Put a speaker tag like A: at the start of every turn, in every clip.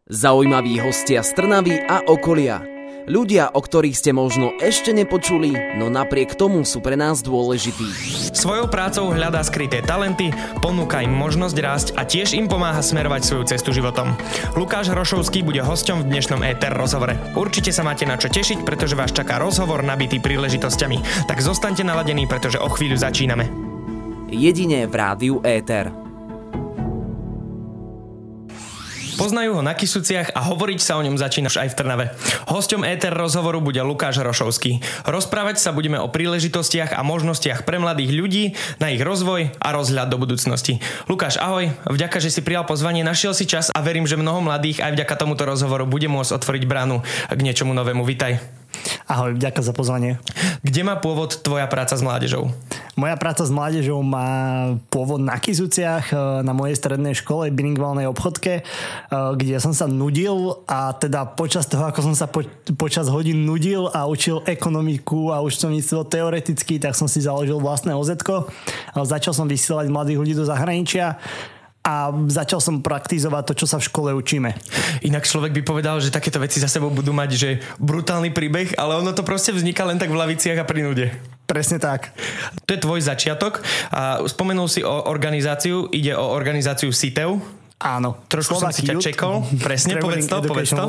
A: Zaujímaví hostia z Trnavy a okolia. Ľudia, o ktorých ste možno ešte nepočuli, no napriek tomu sú pre nás dôležití.
B: Svojou prácou hľadá skryté talenty, ponúka im možnosť rásť a tiež im pomáha smerovať svoju cestu životom. Lukáš Hrošovský bude hosťom v dnešnom Éter rozhovore. Určite sa máte na čo tešiť, pretože vás čaká rozhovor nabitý príležitosťami. Tak zostaňte naladení, pretože o chvíľu začíname.
A: Jedine v rádiu Éter.
B: Poznajú ho na Kysuciach a hovoriť sa o ňom začína už aj v Trnave. Hosťom Éter rozhovoru bude Lukáš Hrošovský. Rozprávať sa budeme o príležitostiach a možnostiach pre mladých ľudí, na ich rozvoj a rozhľad do budúcnosti. Lukáš, ahoj, vďaka, že si prijal pozvanie, našiel si čas a verím, že mnoho mladých aj vďaka tomuto rozhovoru bude môcť otvoriť bránu k niečomu novému. Vitaj.
C: Ahoj, vďaka za pozvanie.
B: Kde má pôvod tvoja práca s mládežou?
C: Moja práca s mládežou má pôvod na Kysuciach, na mojej strednej škole, bilingválnej obchodke, kde som sa nudil a teda počas toho, ako som sa počas hodín nudil a učil ekonomiku a účtovníctvo teoreticky, tak som si založil vlastné OZ-ko. Začal som vysielať mladých ľudí do zahraničia a začal som praktizovať to, čo sa v škole učíme.
B: Inak človek by povedal, že takéto veci za sebou budú mať, že brutálny príbeh, ale ono to proste vzniká len tak v laviciach a pri nude.
C: Presne tak.
B: To je tvoj začiatok a spomenul si o organizáciu, ide o organizáciu SITEV.
C: Áno.
B: Trošku som si ťa čekol. Presne, povedz to.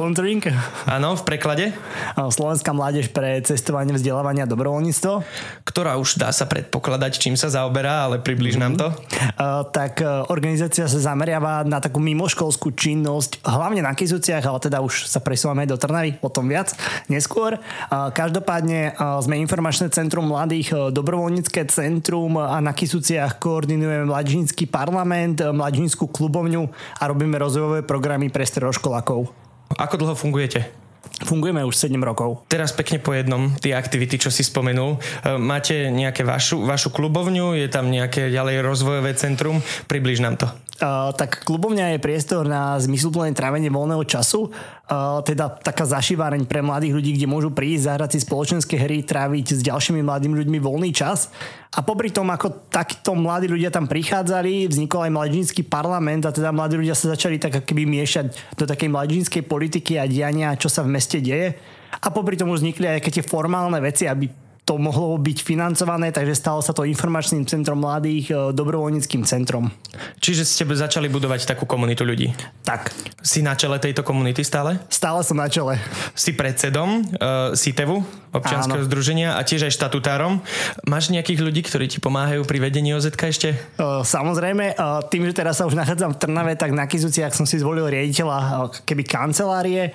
B: Áno, v preklade.
C: Slovenská mládež pre cestovanie, vzdelávanie a dobrovoľníctvo.
B: Ktorá už dá sa predpokladať, čím sa zaoberá, ale približ nám to.
C: Tak organizácia sa zameriava na takú mimoškolskú činnosť, hlavne na Kysuciach, ale teda už sa presúvame do Trnavy, potom viac neskôr. Každopádne sme informačné centrum mladých, dobrovoľnícke centrum a na Kysuciach koordinujeme mladížnický parlament, mladížnickú klubovňu a robíme rozvojové programy pre stredoškolákov.
B: Ako dlho fungujete?
C: Fungujeme už 7 rokov.
B: Teraz pekne po jednom, tie aktivity, čo si spomenul. Máte nejaké vašu klubovňu? Je tam nejaké ďalej rozvojové centrum? Približ nám to.
C: Tak klubovňa je priestor na zmysluplné trávenie voľného času, teda taká zašiváreň pre mladých ľudí, kde môžu prísť, zahrať si spoločenské hry, tráviť s ďalšími mladými ľuďmi voľný čas. A popri tom, ako takíto mladí ľudia tam prichádzali, vznikol aj mladížnický parlament a teda mladí ľudia sa začali tak akoby miešať do takej mladížnickej politiky a diania, čo sa v meste deje. A popri tom už vznikli aj také tie formálne veci, aby to mohlo byť financované, takže stalo sa to informačným centrom mladých, dobrovoľníckym centrom.
B: Čiže ste začali budovať takú komunitu ľudí?
C: Tak.
B: Si na čele tejto komunity stále?
C: Stále som na čele.
B: Si predsedom SITEVu, občianskeho združenia a tiež aj štatutárom. Máš nejakých ľudí, ktorí ti pomáhajú pri vedení OZ-ka ešte?
C: Samozrejme. Tým, že teraz sa už nachádzam v Trnave, tak na Kysuciach som si zvolil riaditeľa kancelárie,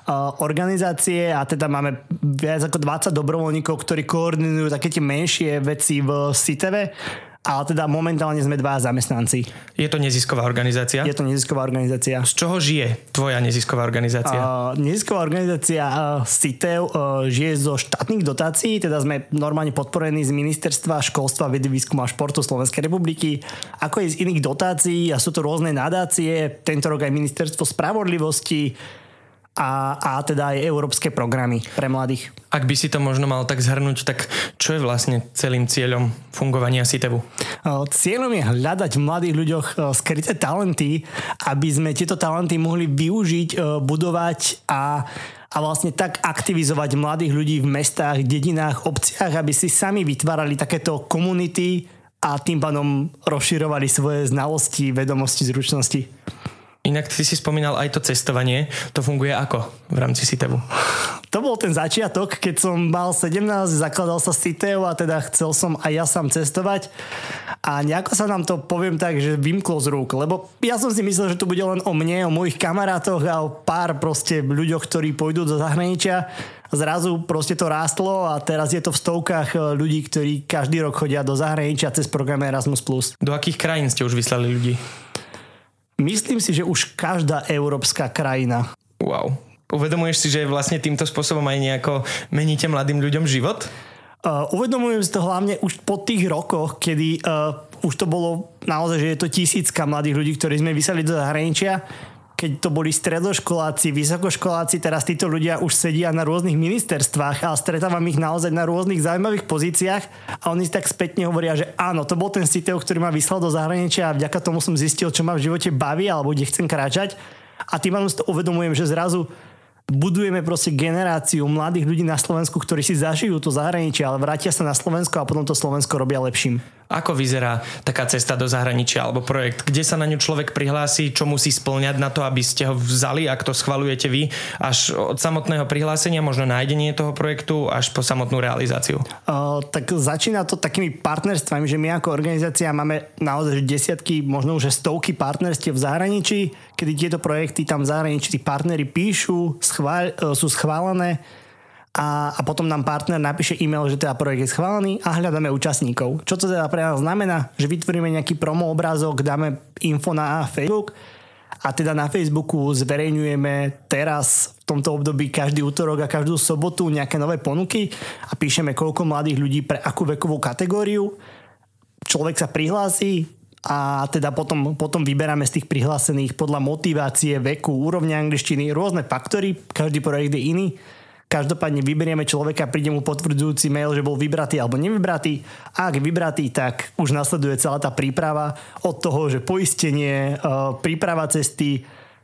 C: organizácie a teda máme viac ako 20 dobrovoľníkov, ktorí koordinujú také tie menšie veci v SITEVe, ale teda momentálne sme 2 zamestnanci.
B: Je to nezisková organizácia?
C: Je to nezisková organizácia.
B: Z čoho žije tvoja nezisková organizácia?
C: Nezisková organizácia SITEV žije zo štátnych dotácií, teda sme normálne podporení z Ministerstva školstva, vedy, výskumu a športu Slovenskej republiky, ako aj z iných dotácií a sú to rôzne nadácie, tento rok aj Ministerstvo spravodlivosti a teda aj európske programy pre mladých.
B: Ak by si to možno mal tak zhrnúť, tak čo je vlastne celým cieľom fungovania SITEVu?
C: Cieľom je hľadať v mladých ľuďoch skryté talenty, aby sme tieto talenty mohli využiť, budovať a vlastne tak aktivizovať mladých ľudí v mestách, dedinách, obciach, aby si sami vytvárali takéto komunity a tým pádom rozširovali svoje znalosti, vedomosti, zručnosti.
B: Inak ty si spomínal aj to cestovanie. To funguje ako v rámci SITEVu?
C: To bol ten začiatok, keď som mal 17, zakladal sa SITEV a teda chcel som aj ja sám cestovať. A nejako sa nám to, poviem tak, že vymklo z rúk. Lebo ja som si myslel, že to bude len o mne, o mojich kamarátoch a o pár proste ľuďoch, ktorí pôjdu do zahraničia. Zrazu proste to rástlo a teraz je to v stovkách ľudí, ktorí každý rok chodia do zahraničia cez program Erasmus+.
B: Do akých krajín ste už vyslali ľudí?
C: Myslím si, že už každá európska krajina.
B: Wow. Uvedomuješ si, že vlastne týmto spôsobom aj nejako meníte mladým ľuďom život?
C: Uvedomujem si to hlavne už po tých rokoch, kedy už to bolo naozaj, že je to tisícka mladých ľudí, ktorí sme vyslali do zahraničia. Keď to boli stredoškoláci, vysokoškoláci, teraz títo ľudia už sedia na rôznych ministerstvách a stretávam ich naozaj na rôznych zaujímavých pozíciách a oni si tak spätne hovoria, že áno, to bol ten SITEV, ktorý ma vyslal do zahraničia a vďaka tomu som zistil, čo ma v živote baví alebo kde chcem kráčať. A tým vám si to uvedomujem, že zrazu budujeme proste generáciu mladých ľudí na Slovensku, ktorí si zažijú to zahraničie, ale vrátia sa na Slovensko a potom to Slovensko robia lepším.
B: Ako vyzerá taká cesta do zahraničia alebo projekt? Kde sa na ňu človek prihlási? Čo musí spĺňať na to, aby ste ho vzali, ak to schvaľujete vy? Až od samotného prihlásenia, možno nájdenie toho projektu, až po samotnú realizáciu?
C: Tak začína to takými partnerstvami, že my ako organizácia máme naozaj desiatky, možno už stovky partnerstiev v zahraničí, kedy tieto projekty tam v zahraničí tí partneri píšu, sú schválené a potom nám partner napíše e-mail, že teda projekt je schválený a hľadáme účastníkov. Čo to teda pre nás znamená? Že vytvoríme nejaký promo obrázok, dáme info na Facebook a teda na Facebooku zverejňujeme teraz v tomto období každý útorok a každú sobotu nejaké nové ponuky a píšeme, koľko mladých ľudí pre akú vekovú kategóriu. Človek sa prihlási a teda potom vyberáme z tých prihlásených podľa motivácie, veku, úrovne angličtiny, rôzne faktory, každý projekt je iný. Každopádne vyberieme človeka, príde mu potvrdzujúci mail, že bol vybratý alebo nevybratý. A ak je vybratý, tak už nasleduje celá tá príprava od toho, že poistenie, príprava cesty,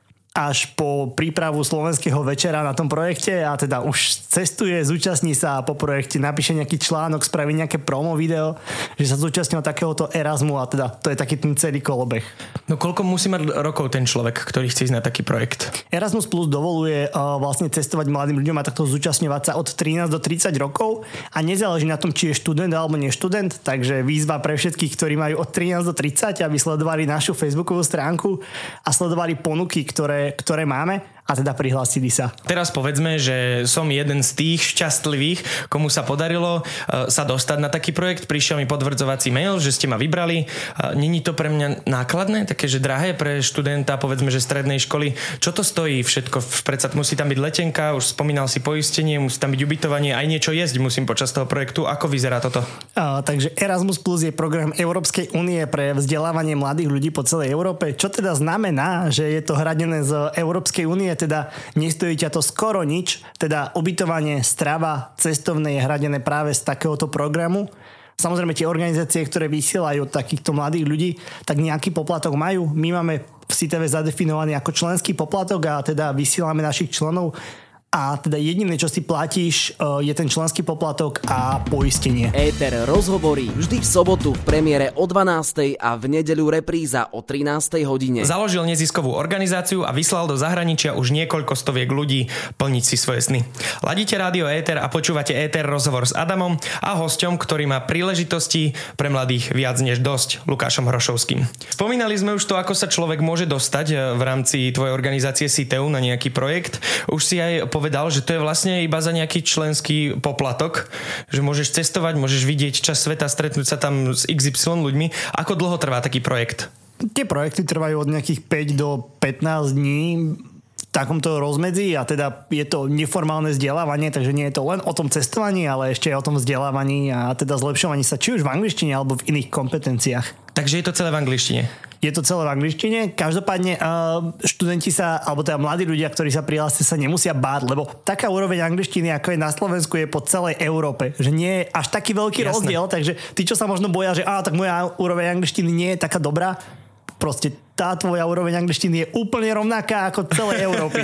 C: až po prípravu slovenského večera na tom projekte a teda už cestuje, zúčastní sa a po projekte napíše nejaký článok, spraví nejaké promo video, že sa zúčastnil takéhoto Erasmu a teda to je taký ten celý kolobeh.
B: No koľko musí mať rokov ten človek, ktorý chce ísť na taký projekt?
C: Erasmus Plus dovoluje vlastne cestovať mladým ľuďom a takto zúčastňovať sa od 13 do 30 rokov a nezáleží na tom, či je študent alebo nie študent, takže výzva pre všetkých, ktorí majú od 13 do 30, aby sledovali našu facebookovú stránku a sledovali ponuky, ktoré máme a teda prihlásili sa.
B: Teraz povedzme, že som jeden z tých šťastlivých, komu sa podarilo sa dostať na taký projekt. Prišiel mi potvrdzovací mail, že ste ma vybrali. Není to pre mňa nákladné? Také, že drahé pre študenta, povedzme, že strednej školy. Čo to stojí všetko? Predsa musí tam byť letenka, už spomínal si poistenie, musí tam byť ubytovanie, aj niečo jesť musím počas toho projektu. Ako vyzerá toto?
C: Takže Erasmus Plus je program Európskej únie pre vzdelávanie mladých ľudí po celej Európe. Čo teda znamená, že je to hradené z Európskej únie, teda nestojí ťa to skoro nič, teda ubytovanie, strava, cestovné je hradené práve z takéhoto programu. Samozrejme tie organizácie, ktoré vysielajú takýchto mladých ľudí, tak nejaký poplatok majú. My máme v CTV zadefinovaný ako členský poplatok a teda vysielame našich členov. A teda jediné, čo si platíš, je ten členský poplatok a poistenie.
A: Éter rozhovorí vždy v sobotu v premiére o 12:00 a v nedeľu repríza o 13:00 hodine.
B: Založil neziskovú organizáciu a vyslal do zahraničia už niekoľko stoviek ľudí plniť si svoje sny. Ladíte rádio Éter a počúvate Éter rozhovor s Adamom a hosťom, ktorý má príležitosti pre mladých viac než dosť, Lukášom Hrošovským. Spomínali sme už to, ako sa človek môže dostať v rámci tvojej organizácie CITEU na nejaký projekt. Už si aj povedal, že to je vlastne iba za nejaký členský poplatok, že môžeš cestovať, môžeš vidieť časť sveta, stretnúť sa tam s XY ľuďmi. Ako dlho trvá taký projekt?
C: Tie projekty trvajú od nejakých 5 do 15 dní v takomto rozmedzi a teda je to neformálne vzdelávanie, takže nie je to len o tom cestovaní, ale ešte aj o tom vzdelávaní a teda zlepšovaní sa či už v angličtine alebo v iných kompetenciách.
B: Takže je to celé v angličtine?
C: Je to celé v angličtine. Každopádne študenti sa, alebo teda mladí ľudia, ktorí sa prihlásia, sa nemusia báť, lebo taká úroveň angličtiny, ako je na Slovensku, je po celej Európe. Že nie je až taký veľký rozdiel, takže tí, čo sa možno boja, že tak moja úroveň angličtiny nie je taká dobrá, proste tá tvoja úroveň angličtiny je úplne rovnaká ako celej Európy.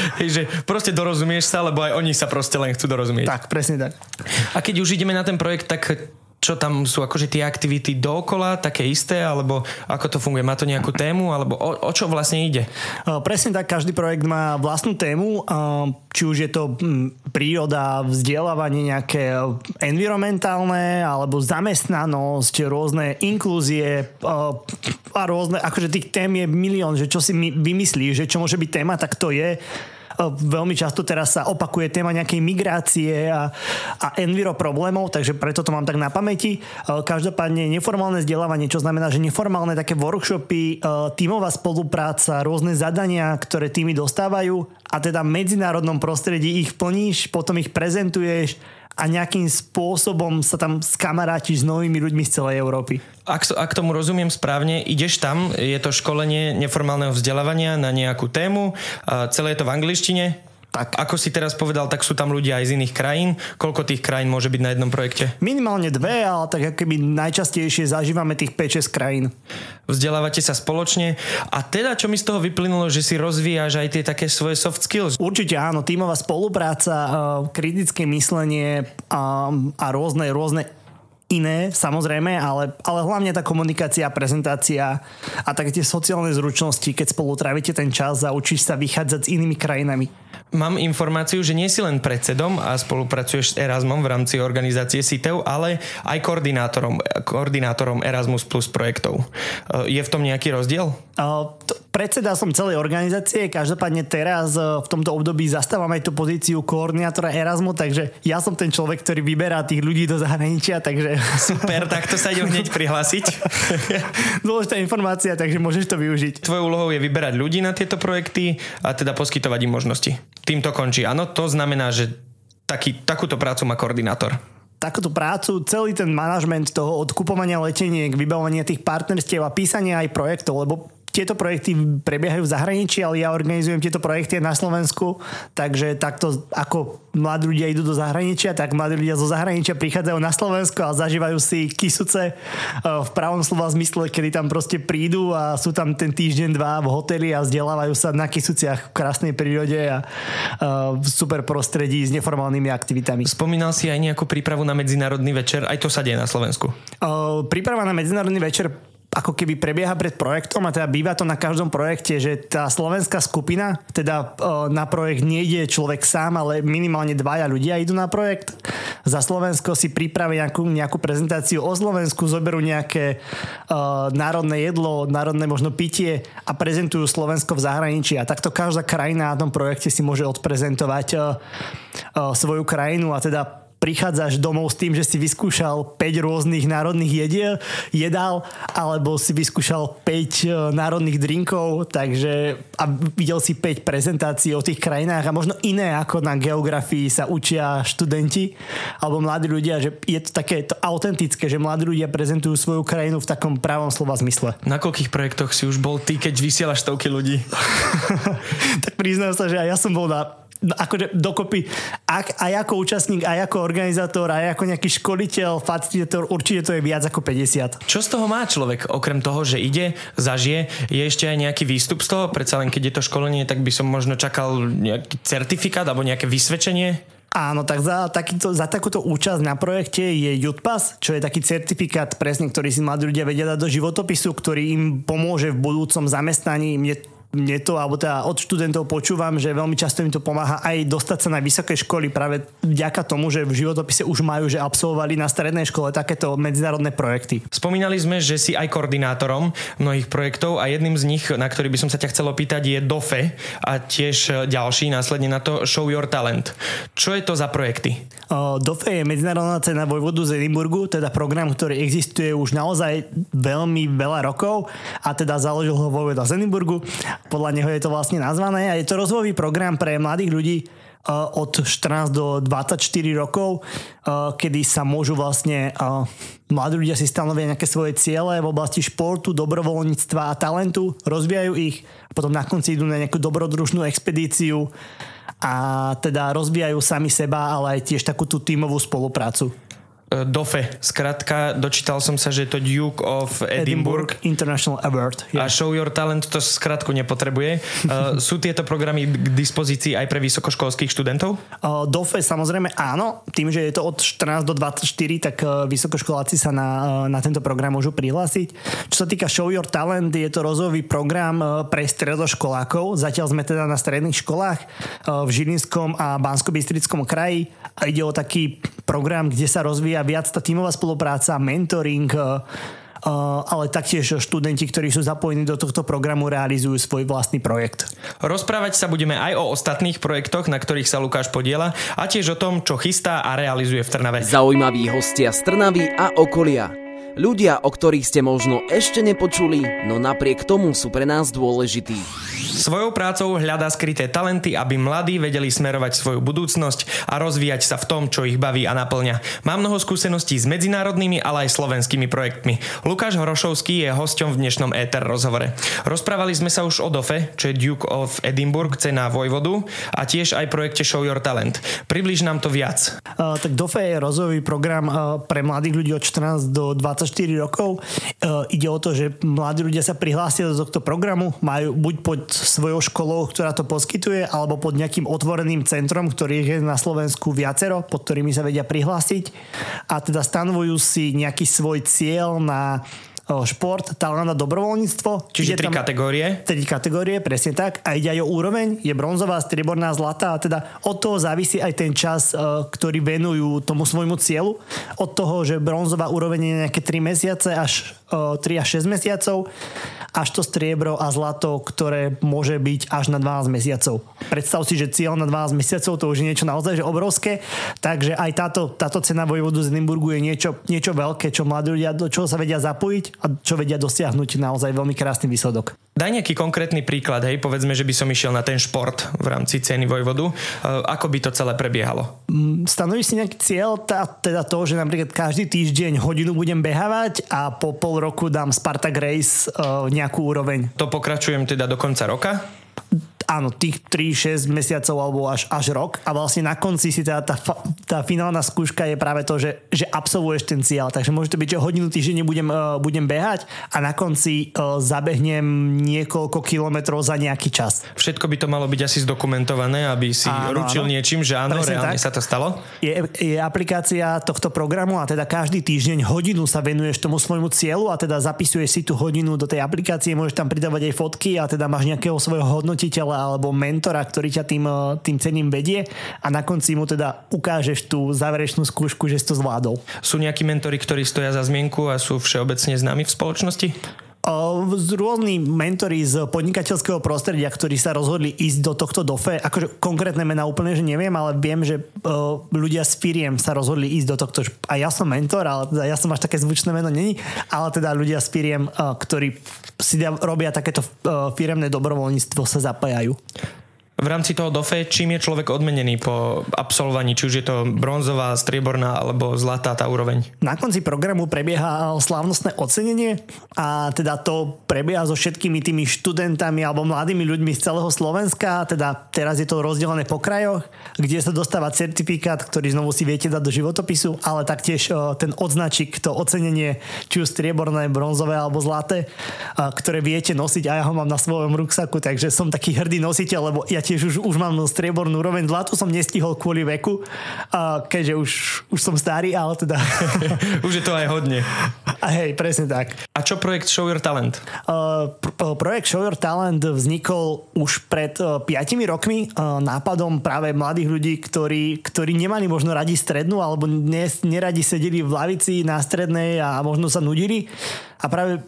B: Že proste dorozumieš sa, lebo aj oni sa proste len chcú dorozumieť.
C: Tak, presne tak.
B: A keď už ideme na ten projekt, tak čo tam sú akože tie aktivity dookola, také isté, alebo ako to funguje? Má to nejakú tému, alebo o čo vlastne ide?
C: Presne tak, každý projekt má vlastnú tému, či už je to príroda, vzdelávanie nejaké environmentálne, alebo zamestnanosť, rôzne inklúzie a rôzne, akože tých tém je milión, že čo si vymyslíš, že čo môže byť téma, tak to je. Veľmi často teraz sa opakuje téma nejakej migrácie a enviro problémov, takže preto to mám tak na pamäti. Každopádne neformálne vzdelávanie, čo znamená, že neformálne také workshopy, tímová spolupráca, rôzne zadania, ktoré týmy dostávajú a teda v medzinárodnom prostredí ich plníš, potom ich prezentuješ a nejakým spôsobom sa tam skamarátiš s novými ľuďmi z celej Európy.
B: Ak tomu rozumiem správne, ideš tam, je to školenie neformálneho vzdelávania na nejakú tému, celé je to v angličtine?
C: Tak.
B: Ako si teraz povedal, tak sú tam ľudia aj z iných krajín. Koľko tých krajín môže byť na jednom projekte?
C: Minimálne 2, ale tak keby najčastejšie zažívame tých 5-6 krajín.
B: Vzdelávate sa spoločne a teda čo mi z toho vyplynulo, že si rozvíjaš aj tie také svoje soft skills?
C: Určite áno, tímová spolupráca, kritické myslenie a rôzne iné, samozrejme, ale hlavne tá komunikácia, prezentácia a také tie sociálne zručnosti, keď spolu trávite ten čas a učíš sa vychádzať s inými krajinami.
B: Mám informáciu, že nie si len predsedom a spolupracuješ s Erasmom v rámci organizácie CITEV, ale aj koordinátorom Erasmus Plus projektov. Je v tom nejaký rozdiel?
C: Predseda som celej organizácie, každopádne teraz v tomto období zastávam aj tú pozíciu koordinátora Erasmu, takže ja som ten človek, ktorý vyberá tých ľudí do zahraničia, takže...
B: Super, tak to sa idem hneď prihlásiť.
C: Dôležitá informácia, takže môžeš to využiť.
B: Tvojou úlohou je vyberať ľudí na tieto projekty a teda poskytovať im možnosti. Tým to končí. Áno, to znamená, že takúto prácu má koordinátor.
C: Takúto prácu, celý ten manažment toho odkupovania leteniek, vybavovania tých partnerstiev a písania aj projektov, lebo tieto projekty prebiehajú v zahraničí, ale ja organizujem tieto projekty na Slovensku, takže takto ako mladí ľudia idú do zahraničia, tak mladí ľudia zo zahraničia prichádzajú na Slovensko a zažívajú si kysuce v pravom slova zmysle, kedy tam proste prídu a sú tam ten týždeň, 2 v hoteli a vzdelávajú sa na kysuciach v krásnej prírode a v super prostredí s neformálnymi aktivitami.
B: Spomínal si aj nejakú prípravu na medzinárodný večer, aj to sa deje na Slovensku?
C: Príprava na medzinárodný večer ako keby prebieha pred projektom a teda býva to na každom projekte, že tá slovenská skupina, teda na projekt nejde človek sám, ale minimálne 2 ľudia idú na projekt. Za Slovensko si pripravia nejakú prezentáciu o Slovensku, zoberú nejaké národné jedlo, národné možno pitie a prezentujú Slovensko v zahraničí. A takto každá krajina na tom projekte si môže odprezentovať svoju krajinu a teda prichádzaš domov s tým, že si vyskúšal 5 rôznych národných jedál alebo si vyskúšal 5 národných drinkov, takže a videl si 5 prezentácií o tých krajinách a možno iné ako na geografii sa učia študenti alebo mladí ľudia, že je to také to autentické, že mladí ľudia prezentujú svoju krajinu v takom pravom slova zmysle.
B: Na koľkých projektoch si už bol ty, keď vysielaš stovky ľudí?
C: Tak priznám sa, že aj ja som bol akože dokopy aj ako účastník, aj ako organizátor, aj ako nejaký školiteľ, facilitátor, určite to je viac ako 50.
B: Čo z toho má človek? Okrem toho, že ide, zažije, je ešte aj nejaký výstup z toho? Predsa len keď je to školenie, tak by som možno čakal nejaký certifikát alebo nejaké vysvedčenie?
C: Áno, tak za takúto účasť na projekte je Youth Pass, čo je taký certifikát presne, ktorý si mladí ľudia vedia dať do životopisu, ktorý im pomôže v budúcom zamestnaní. Mne to, alebo teda od študentov počúvam, že veľmi často im to pomáha aj dostať sa na vysoké školy práve vďaka tomu, že v životopise už majú, že absolvovali na strednej škole takéto medzinárodné projekty.
B: Spomínali sme, že si aj koordinátorom mnohých projektov a jedným z nich, na ktorý by som sa ťa chcel opýtať, je DOFE a tiež ďalší následne na to Show Your Talent. Čo je to za projekty?
C: DOFE je medzinárodná cena vojvodu z Edinburgu, teda program, ktorý existuje už naozaj veľmi veľa rokov a teda založil ho vojvoda z Edinburgu. Podľa neho je to vlastne nazvané a je to rozvojový program pre mladých ľudí od 14 do 24 rokov, kedy sa môžu vlastne mladí ľudia si stanovia nejaké svoje ciele v oblasti športu, dobrovoľníctva a talentu, rozvíjajú ich a potom na konci idú na nejakú dobrodružnú expedíciu a teda rozvíjajú sami seba, ale aj tiež takú tú tímovú spoluprácu.
B: DOFE, skrátka, dočítal som sa, že je to Duke of Edinburgh
C: International Award.
B: A Show Your Talent to skratku nepotrebuje. Sú tieto programy k dispozícii aj pre vysokoškolských študentov?
C: DOFE samozrejme áno, tým, že je to od 14 do 24, tak vysokoškoláci sa na tento program môžu prihlásiť. Čo sa týka Show Your Talent, je to rozvojový program pre stredoškolákov. Zatiaľ sme teda na stredných školách v Žilinskom a Banskobystrickom kraji a ide o taký program, kde sa rozvíja viac tá tímová spolupráca, mentoring, ale taktiež študenti, ktorí sú zapojení do tohto programu, realizujú svoj vlastný projekt.
B: Rozprávať sa budeme aj o ostatných projektoch, na ktorých sa Lukáš podieľa a tiež o tom, čo chystá a realizuje v Trnave.
A: Zaujímaví hostia z Trnavy a okolia. Ľudia, o ktorých ste možno ešte nepočuli, no napriek tomu sú pre nás dôležití.
B: Svojou prácou hľadá skryté talenty, aby mladí vedeli smerovať svoju budúcnosť a rozvíjať sa v tom, čo ich baví a naplňa. Má mnoho skúseností s medzinárodnými, ale aj slovenskými projektmi. Lukáš Hrošovský je hosťom v dnešnom Éter rozhovore. Rozprávali sme sa už o DOFE, čo je Duke of Edinburgh, cena Vojvodu, a tiež aj projekte Show Your Talent. Približ nám to viac.
C: Tak DOFE je rozvojový program pre mladých ľudí od 14 do 24 rokov. Ide o to, že mladí ľudia sa prihlásia do tohto programu, majú buď pod svojou školou, ktorá to poskytuje, alebo pod nejakým otvoreným centrom, ktorých je na Slovensku viacero, pod ktorými sa vedia prihlásiť, a teda stanovujú si nejaký svoj cieľ na šport, talent a dobrovoľníctvo.
B: Čiže 3 kategórie?
C: 3 kategórie, presne tak. A ide aj o úroveň. Je bronzová, strieborná, zlatá. A teda od toho závisí aj ten čas, ktorý venujú tomu svojmu cieľu. Od toho, že bronzová úroveň je nejaké 3 mesiace až 3 až 6 mesiacov, až to striebro a zlato, ktoré môže byť až na 12 mesiacov. Predstav si, že cieľ na 12 mesiacov, to už je niečo naozaj že obrovské. Takže aj táto cena Vojvodu z Edinburgu je niečo veľké, čo mladí ľudia, do čoho sa vedia zapojiť a čo vedia dosiahnuť naozaj veľmi krásny výsledok.
B: Daj nejaký konkrétny príklad, hej, povedzme, že by som išiel na ten šport v rámci ceny Vojvodu. Ako by to celé prebiehalo?
C: Stanovíš si nejaký cieľ, teda to, že napríklad každý týždeň hodinu budem behávať a po pol roku dám Spartak Race nejakú úroveň.
B: To pokračujem teda do konca roka?
C: Áno, tých 3-6 mesiacov alebo až rok, a vlastne na konci si teda tá finálna skúška je práve to, že absolvuješ ten cieľ. Takže môže to byť, že hodinu týždenne budem behať a na konci zabehnem niekoľko kilometrov za nejaký čas.
B: Všetko by to malo byť asi zdokumentované, aby si ručil niečím, že áno, presne reálne tak. Sa to stalo?
C: Je aplikácia tohto programu a teda každý týždeň hodinu sa venuješ tomu svojmu cieľu a teda zapisuješ si tú hodinu do tej aplikácie, môžeš tam pridávať aj fotky a teda máš nejakého svojho hodnotiteľa alebo mentora, ktorý ťa tým ceným vedie a na konci mu teda ukážeš tú záverečnú skúšku, že si to zvládol.
B: Sú nejakí mentori, ktorí stoja za zmienku a sú všeobecne známi v spoločnosti?
C: Rôzni mentori z podnikateľského prostredia, ktorí sa rozhodli ísť do tohto DOFE, akože konkrétne mená úplne, že neviem, ale viem, že ľudia z firiem sa rozhodli ísť do tohto. A ja som mentor, ale teda ja som až také zvučné meno není, ale teda ľudia z firiem, ktorí si robia takéto firemné dobrovoľníctvo, sa zapájajú.
B: V rámci toho DOFE, čím je človek odmenený po absolvovaní, či už je to bronzová, strieborná alebo zlatá tá úroveň?
C: Na konci programu prebieha slávnostné ocenenie a teda to prebieha so všetkými tými študentami alebo mladými ľuďmi z celého Slovenska. Teda teraz je to rozdelené po krajoch, kde sa dostáva certifikát, ktorý znovu si viete dať do životopisu, ale taktiež ten odznačík, to ocenenie, či už strieborné, bronzové alebo zlaté, ktoré viete nosiť, a ja ho mám na svojom ruksaku, takže som taký hrdý nositeľ, lebo ja tiež už mám striebornú úroveň, zlatu som nestihol kvôli veku, keďže už som starý, ale teda...
B: Už je to aj hodne.
C: A hej, presne tak.
B: A čo projekt Show Your Talent?
C: Projekt Show Your Talent vznikol už pred 5 rokmi nápadom práve mladých ľudí, ktorí nemali možno radi strednú alebo neradi sedeli v lavici na strednej a možno sa nudili. A práve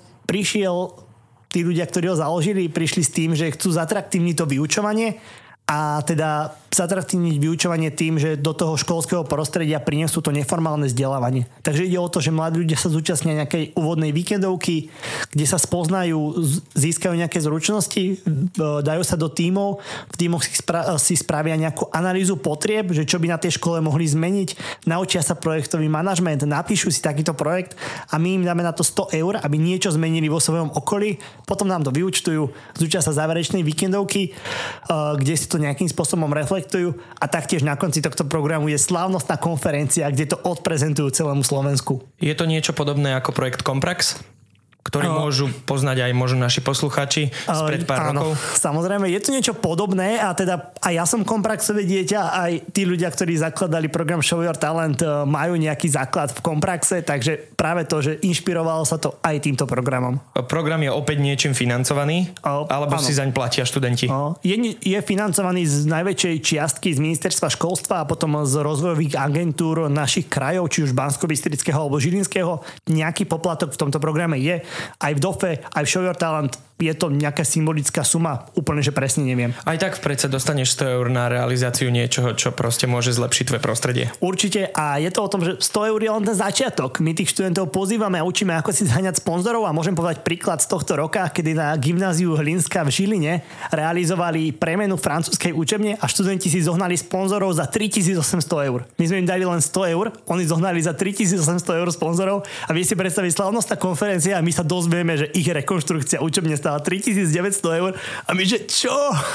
C: tí ľudia, ktorí ho založili, prišli s tým, že chcú zatraktívniť to vyučovanie a teda zatraktívniť vyučovanie tým, že do toho školského prostredia prinesú to neformálne vzdelávanie. Takže ide o to, že mladí ľudia sa zúčastnia nejakej úvodnej víkendovky, kde sa spoznajú, získajú nejaké zručnosti, dajú sa do tímov, v tímoch si spravia nejakú analýzu potrieb, že čo by na tej škole mohli zmeniť, naučia sa projektový manažment, napíšu si takýto projekt a my im dáme na to 100 eur, aby niečo zmenili vo svojom okolí, potom nám to vyúčtujú, zúčia sa záverečnej víkendovky, kde si to nejakým spôsobom reflektujú a taktiež na konci tohto programu je slávnostná konferencia, kde to odprezentujú celému Slovensku.
B: Je to niečo podobné ako projekt Komprax, ktorý môžu poznať aj možno naši poslucháči spred pár rokov?
C: Samozrejme, je to niečo podobné a teda aj ja som Kompraxové dieťa, aj tí ľudia, ktorí zakladali program Show Your Talent, majú nejaký základ v Kompraxe, takže práve to, že inšpirovalo sa to aj týmto programom. Program
B: je opäť niečím financovaný? Alebo si zaň platia študenti?
C: Je financovaný z najväčšej čiastky z ministerstva školstva a potom z rozvojových agentúr našich krajov, či už Banskobystrického alebo Žilinského. Nejaký poplatok v tomto programe je. Aj v DOFE, aj v Show Your Talent je to nejaká symbolická suma, úplne, že presne neviem.
B: Aj tak v predsa dostaneš 100 eur na realizáciu niečoho, čo proste môže zlepšiť tvoje prostredie.
C: Určite, a je to o tom, že 100 eur je len ten začiatok. My tých študentov pozývame a učíme, ako si zháňať sponzorov a môžem povedať príklad z tohto roka, kedy na gymnáziu Hlinska v Žiline realizovali premenu francúzskej učebne a študenti si zohnali sponzorov za 3800 eur. My sme im dali len 100 eur, oni zohnali za 3800 eur sponzorov a vy si predstaviť slavnostná konferencia a my sa dozvieme, že ich rekonštrukcia učebne stála 3900 eur a my, že čo?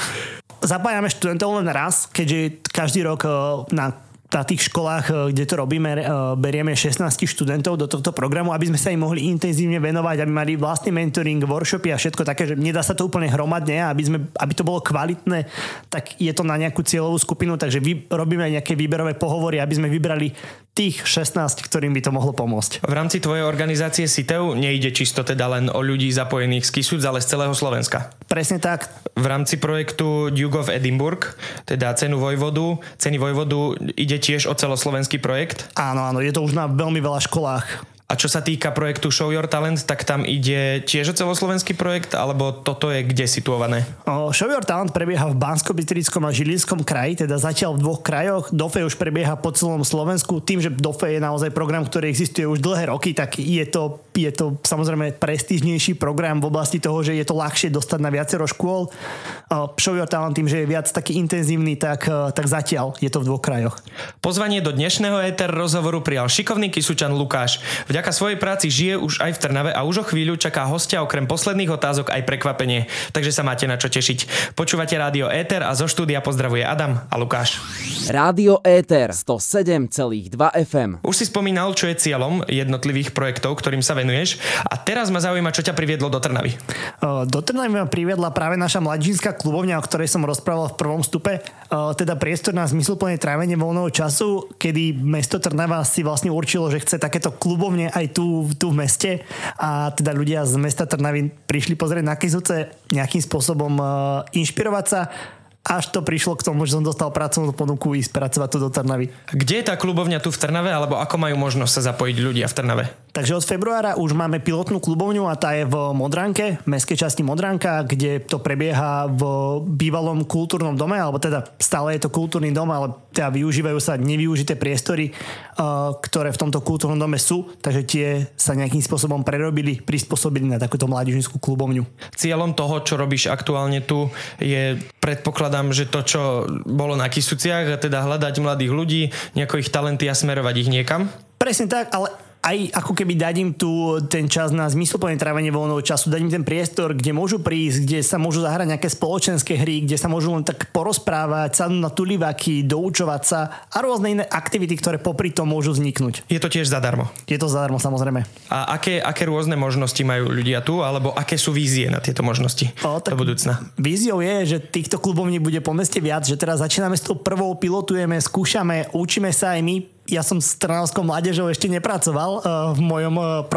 C: Zapájame študentov len raz, keďže každý rok na tých školách, kde to robíme, berieme 16 študentov do tohto programu, aby sme sa im mohli intenzívne venovať, aby mali vlastný mentoring, workshopy a všetko také, že nedá sa to úplne hromadne, aby to bolo kvalitné, tak je to na nejakú cieľovú skupinu, takže robíme aj nejaké výberové pohovory, aby sme vybrali tých 16, ktorým by to mohlo pomôcť.
B: V rámci tvojej organizácie SITEU nejde čisto teda len o ľudí zapojených z Kisúc, ale z celého Slovenska.
C: Presne tak.
B: V rámci projektu Duke of Edinburgh, teda ceny vojvodu, ide tiež o celoslovenský projekt?
C: Áno, je to už na veľmi veľa školách.
B: A čo sa týka projektu Show Your Talent, tak tam ide tiež o celoslovenský projekt, alebo toto je kde situované?
C: Show Your Talent prebieha v Banskobystrickom a Žilinskom kraji, teda zatiaľ v 2 krajoch. DOFE už prebieha po celom Slovensku. Tým, že DOFE je naozaj program, ktorý existuje už dlhé roky, tak je to samozrejme prestížnejší program v oblasti toho, že je to ľahšie dostať na viacero škôl. Show Your Talent tým, že je viac taký intenzívny, tak zatiaľ je to v 2 krajoch.
B: Pozvanie do dnešného éter rozhovoru prijal šikovný Kisučan Lukáš. Vďaka svojej práci žije už aj v Trnave a už o chvíľu čaká hostia okrem posledných otázok aj prekvapenie. Takže sa máte na čo tešiť. Počúvate Rádio Éter a zo štúdia pozdravuje Adam a Lukáš.
A: Rádio Éter 107,2 FM.
B: Už si spomínal, čo je cieľom jednotlivých projektov, ktorým sa venuješ. A teraz ma zaujíma, čo ťa priviedlo do Trnavy.
C: Do Trnavy ma priviedla práve naša mladžínska klubovňa, o ktorej som rozprával v prvom stupe. Teda priestor na zmysluplné trávenie voľného času, kedy mesto Trnava si vlastne určilo, že chce takéto klubovne aj tu v meste a teda ľudia z mesta Trnavy prišli pozrieť na Kisuce, nejakým spôsobom inšpirovať sa, až to prišlo k tomu, že som dostal pracovnú ponuku ísť pracovať tu do Trnavy.
B: Kde je tá klubovňa tu v Trnave, alebo ako majú možnosť sa zapojiť ľudia v Trnave?
C: Takže od februára už máme pilotnú klubovňu a tá je v Modranke, v mestskej časti Modranka, kde to prebieha v bývalom kultúrnom dome, alebo teda stále je to kultúrny dom, ale teda využívajú sa nevyužité priestory, ktoré v tomto kultúrnom dome sú, takže tie sa nejakým spôsobom prerobili, prispôsobili na takúto mládežnickú klubovňu.
B: Cieľom toho, čo robíš aktuálne tu, je, predpokladám, že to, čo bolo na Kisuciach, a teda hľadať mladých ľudí, nejako ich talenty a smerovať ich niekam?
C: Presne tak, ale aj ako keby dať im tu ten čas na zmysluplné trávenie voľného času, dať im ten priestor, kde môžu prísť, kde sa môžu zahrať nejaké spoločenské hry, kde sa môžu len tak porozprávať, sadnúť na tulivaky, doučovať sa a rôzne iné aktivity, ktoré popri tom môžu vzniknúť.
B: Je to tiež zadarmo?
C: Je to zadarmo, samozrejme.
B: A aké rôzne možnosti majú ľudia tu, alebo aké sú vízie na tieto možnosti do budúcna?
C: Víziou je, že týchto klubovní bude po meste viac, že teraz začíname s tou prvou, pilotujeme, skúšame, učíme sa aj my. Ja som s trnavskou mládežou ešte nepracoval v mojom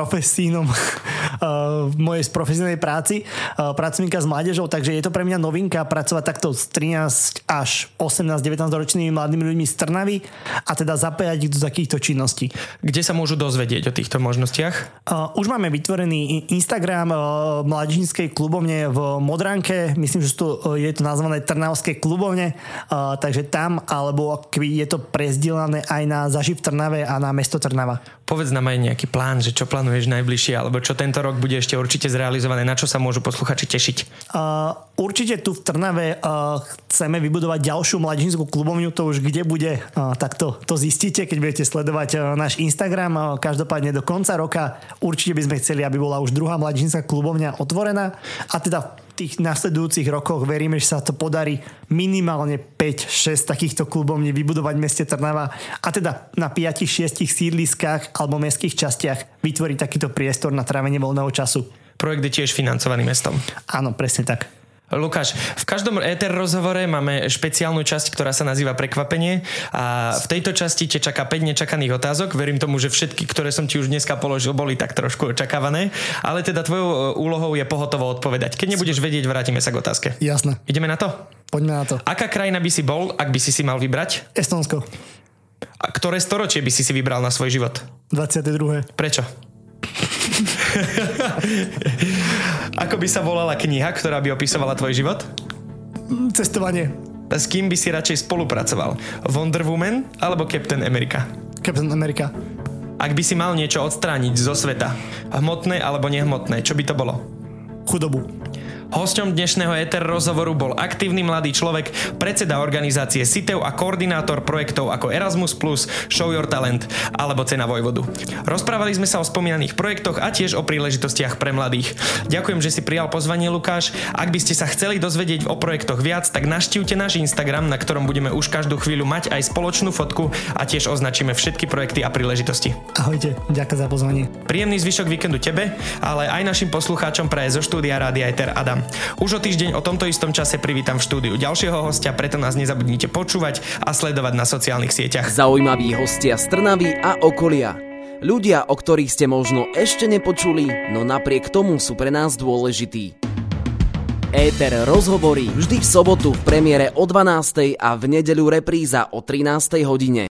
C: mojej profesijnej práci pracovníka s mládežou, takže je to pre mňa novinka pracovať takto s 13 až 18-19 ročnými mladými ľuďmi z Trnavy a teda zapájať ich do takýchto činností.
B: Kde sa môžu dozvedieť o týchto možnostiach?
C: Už máme vytvorený Instagram mládežníckej klubovne v Modranke, myslím, že je to nazvané Trnavské klubovne, takže tam, alebo je to prezdielané aj na Zaživ v Trnave a na mesto Trnava.
B: Povedz nám aj nejaký plán, že čo plánuješ najbližšie, alebo čo tento rok bude ešte určite zrealizované, na čo sa môžu posluchači tešiť?
C: Určite tu v Trnave chceme vybudovať ďalšiu mladžinskú klubovňu, to už kde bude, tak to zistíte, keď budete sledovať náš Instagram. Každopádne do konca roka určite by sme chceli, aby bola už druhá mladžinská klubovňa otvorená a teda tých nasledujúcich rokoch veríme, že sa to podarí minimálne 5-6 takýchto klubovní vybudovať v meste Trnava a teda na 5-6 sídliskách alebo mestských častiach vytvoriť takýto priestor na trávenie voľného času.
B: Projekt je tiež financovaný mestom.
C: Áno, presne tak.
B: Lukáš, v každom éter rozhovore máme špeciálnu časť, ktorá sa nazýva prekvapenie a v tejto časti te čaká 5 nečakaných otázok. Verím tomu, že všetky, ktoré som ti už dneska položil, boli tak trošku očakávané, ale teda tvojou úlohou je pohotovo odpovedať. Keď nebudeš vedieť, vrátime sa k otázke.
C: Jasné.
B: Ideme na to?
C: Poďme na to.
B: Aká krajina by si bol, ak by si mal vybrať?
C: Estonsko.
B: A ktoré storočie by si vybral na svoj život?
C: 22.
B: Prečo? Ako by sa volala kniha, ktorá by opisovala tvoj život?
C: Cestovanie.
B: S kým by si radšej spolupracoval? Wonder Woman alebo Captain America?
C: Captain America.
B: Ak by si mal niečo odstrániť zo sveta, hmotné alebo nehmotné, čo by to bolo?
C: Chudobu.
B: Hosťom dnešného Éter rozhovoru bol aktívny mladý človek, predseda organizácie SITEV a koordinátor projektov ako Erasmus+, Show Your Talent alebo Cena Vojvodu. Rozprávali sme sa o spomínaných projektoch a tiež o príležitostiach pre mladých. Ďakujem, že si prijal pozvanie, Lukáš. Ak by ste sa chceli dozvedieť o projektoch viac, tak navštívte náš Instagram, na ktorom budeme už každú chvíľu mať aj spoločnú fotku a tiež označíme všetky projekty a príležitosti.
C: Ahojte, ďakujem za pozvanie.
B: Príjemný zvyšok víkendu tebe, ale aj našim poslucháčom praje zo štúdia Rádia Éter Adam. Už o týždeň o tomto istom čase privítam v štúdiu ďalšieho hostia, preto nás nezabudnite počúvať a sledovať na sociálnych sieťach.
A: Zaujímaví hostia z Trnavy a okolia. Ľudia, o ktorých ste možno ešte nepočuli, no napriek tomu sú pre nás dôležití. Éter rozhovory vždy v sobotu v premiére o 12:00 a v nedeľu repríza o 13:00 hodine.